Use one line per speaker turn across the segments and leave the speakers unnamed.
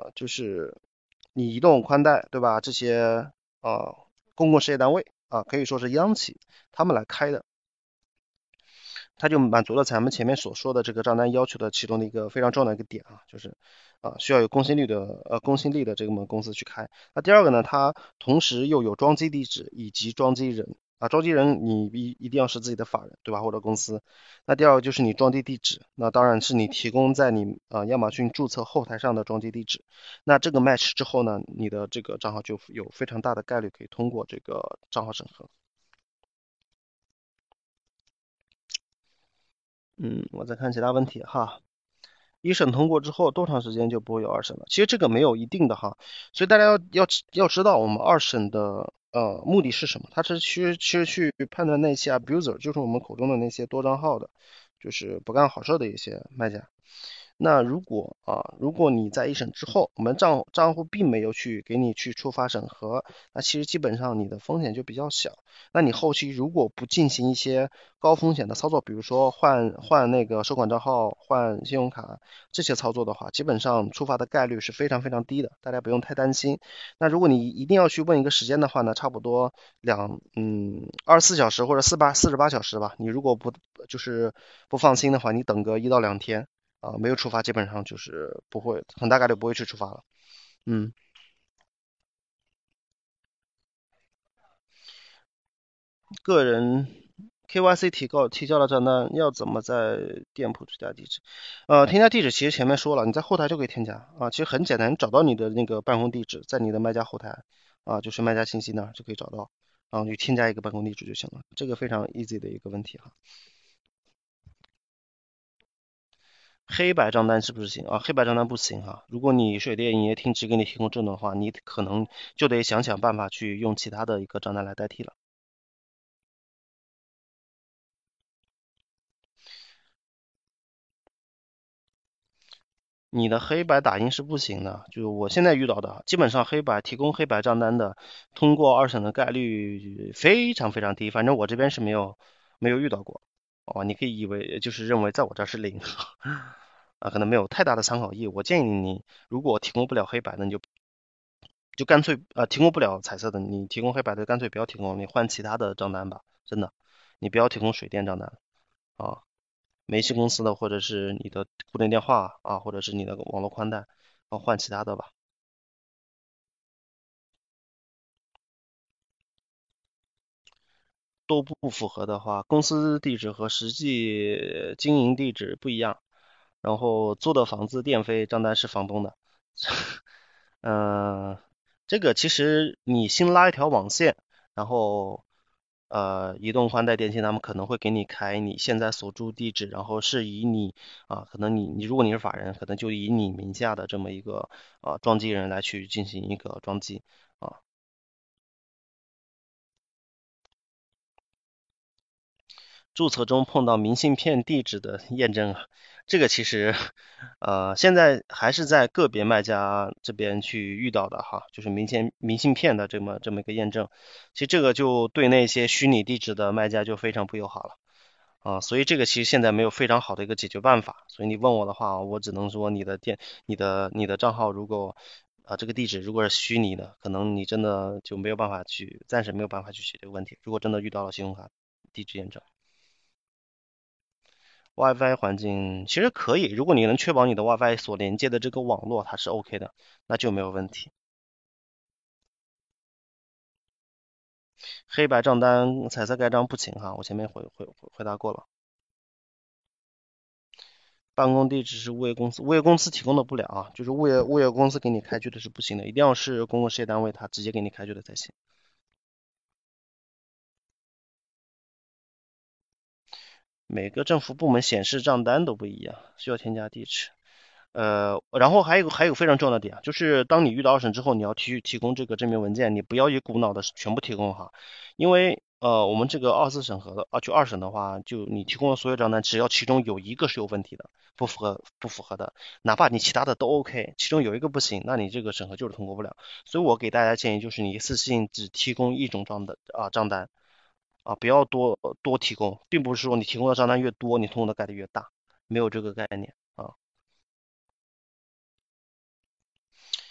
就是你移动宽带，对吧？这些公共事业单位可以说是央企他们来开的，它就满足了咱们前面所说的这个账单要求的其中的一个非常重要的一个点就是需要有公信力的这么公司去开。那第二个呢，它同时又有装机地址以及装机人装机人你一定要是自己的法人，对吧？或者公司。那第二个就是你装机地址，那当然是你提供在你亚马逊注册后台上的装机地址。那这个 match 之后呢，你的这个账号就有非常大的概率可以通过这个账号审核。我再看其他问题哈。一审通过之后多长时间就不会有二审了？其实这个没有一定的哈，所以大家要知道我们二审的目的是什么？它是其实去判断那些 abuser，就是我们口中的那些多账号的，就是不干好事的一些卖家。那如果你在一审之后，我们账户并没有给你去触发审核，那其实基本上你的风险就比较小。那你后期如果不进行一些高风险的操作，比如说换那个收款账号、换信用卡这些操作的话，基本上触发的概率是非常非常低的，大家不用太担心。那如果你一定要去问一个时间的话呢，差不多24小时或者48小时吧。你如果就是不放心的话，你等个1到2天。没有触发，基本上就是不会，很大概率不会去触发了。嗯，个人 KYC 提交了账单，要怎么在店铺添加地址？添加地址其实前面说了，你在后台就可以添加其实很简单，找到你的那个办公地址，在你的卖家后台就是卖家信息那儿就可以找到，然后你添加一个办公地址就行了，这个非常 easy 的一个问题哈。黑白账单是不是行黑白账单不行哈。如果你水电营业厅只给你提供这种的话，你可能就得想想办法去用其他的一个账单来代替了。你的黑白打印是不行的，就是我现在遇到的，基本上提供黑白账单的，通过二审的概率非常非常低，反正我这边是没有遇到过。你可以就是认为在我这儿是零，可能没有太大的参考意义。我建议你，如果提供不了黑白的，你就干脆提供不了彩色的，你提供黑白的干脆不要提供，你换其他的账单吧，真的，你不要提供水电账单啊。煤气公司的，或者是你的固定电话或者是你的网络宽带，换其他的吧。都不符合的话，公司地址和实际经营地址不一样，然后租的房子电费账单是房东的，嗯、这个其实你新拉一条网线，然后移动宽带电信他们可能会给你开你现在所住地址，然后是以你可能你如果你是法人，可能就以你名下的这么一个装机人来去进行一个装机。啊。注册中碰到明信片地址的验证这个其实现在还是在个别卖家这边去遇到的哈，就是明信片的这么一个验证。其实这个就对那些虚拟地址的卖家就非常不友好了所以这个其实现在没有非常好的一个解决办法。所以你问我的话，我只能说你的账号如果这个地址如果是虚拟的，可能你真的就没有办法暂时没有办法去解决问题。如果真的遇到了信用卡地址验证。WiFi 环境其实可以，如果你能确保你的 WiFi 所连接的这个网络它是 OK 的，那就没有问题。黑白账单、彩色盖章不行哈，我前面回答过了。办公地址是物业公司，物业公司提供的不了就是物业公司给你开具的是不行的，一定要是公共事业单位他直接给你开具的才行。每个政府部门显示账单都不一样，需要添加地址。然后还有非常重要的点就是当你遇到二审之后，你要提供这个证明文件，你不要一股脑的全部提供哈，因为我们这个2次审核的就二审的话，就你提供的所有账单，只要其中有一个是有问题的，不符合的，哪怕你其他的都 OK，其中有一个不行，那你这个审核就是通过不了。所以我给大家建议就是你一次性只提供一种账单不要多提供，并不是说你提供的账单越多，你通过的概率越大，没有这个概念。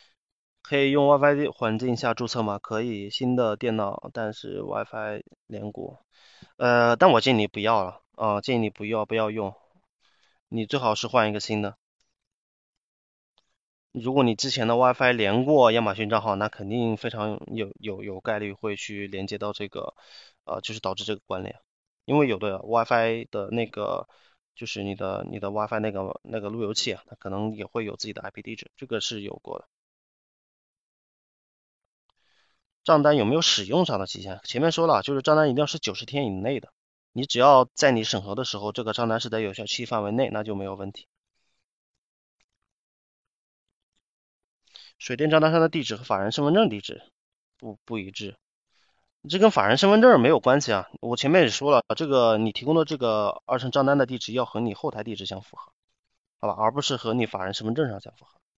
可以用 WiFi 环境下注册吗？可以，新的电脑但是 WiFi 连过。但我建议你不要了啊，建议你不要用，你最好是换一个新的。如果你之前的 WiFi 连过亚马逊账号，那肯定非常有概率会去连接到这个，就是导致这个关联，因为有的 WiFi 的那个就是你的 WiFi 那个路由器啊，它可能也会有自己的 IP 地址，这个是有过的。账单有没有使用上的期限？前面说了，就是账单一定要是90天以内的，你只要在你审核的时候，这个账单是在有效期范围内，那就没有问题。水电账单上的地址和法人身份证地址不一致，这跟法人身份证没有关系啊。我前面也说了，这个你提供的这个二层账单的地址要和你后台地址相符合，好吧，而不是和你法人身份证上相符合。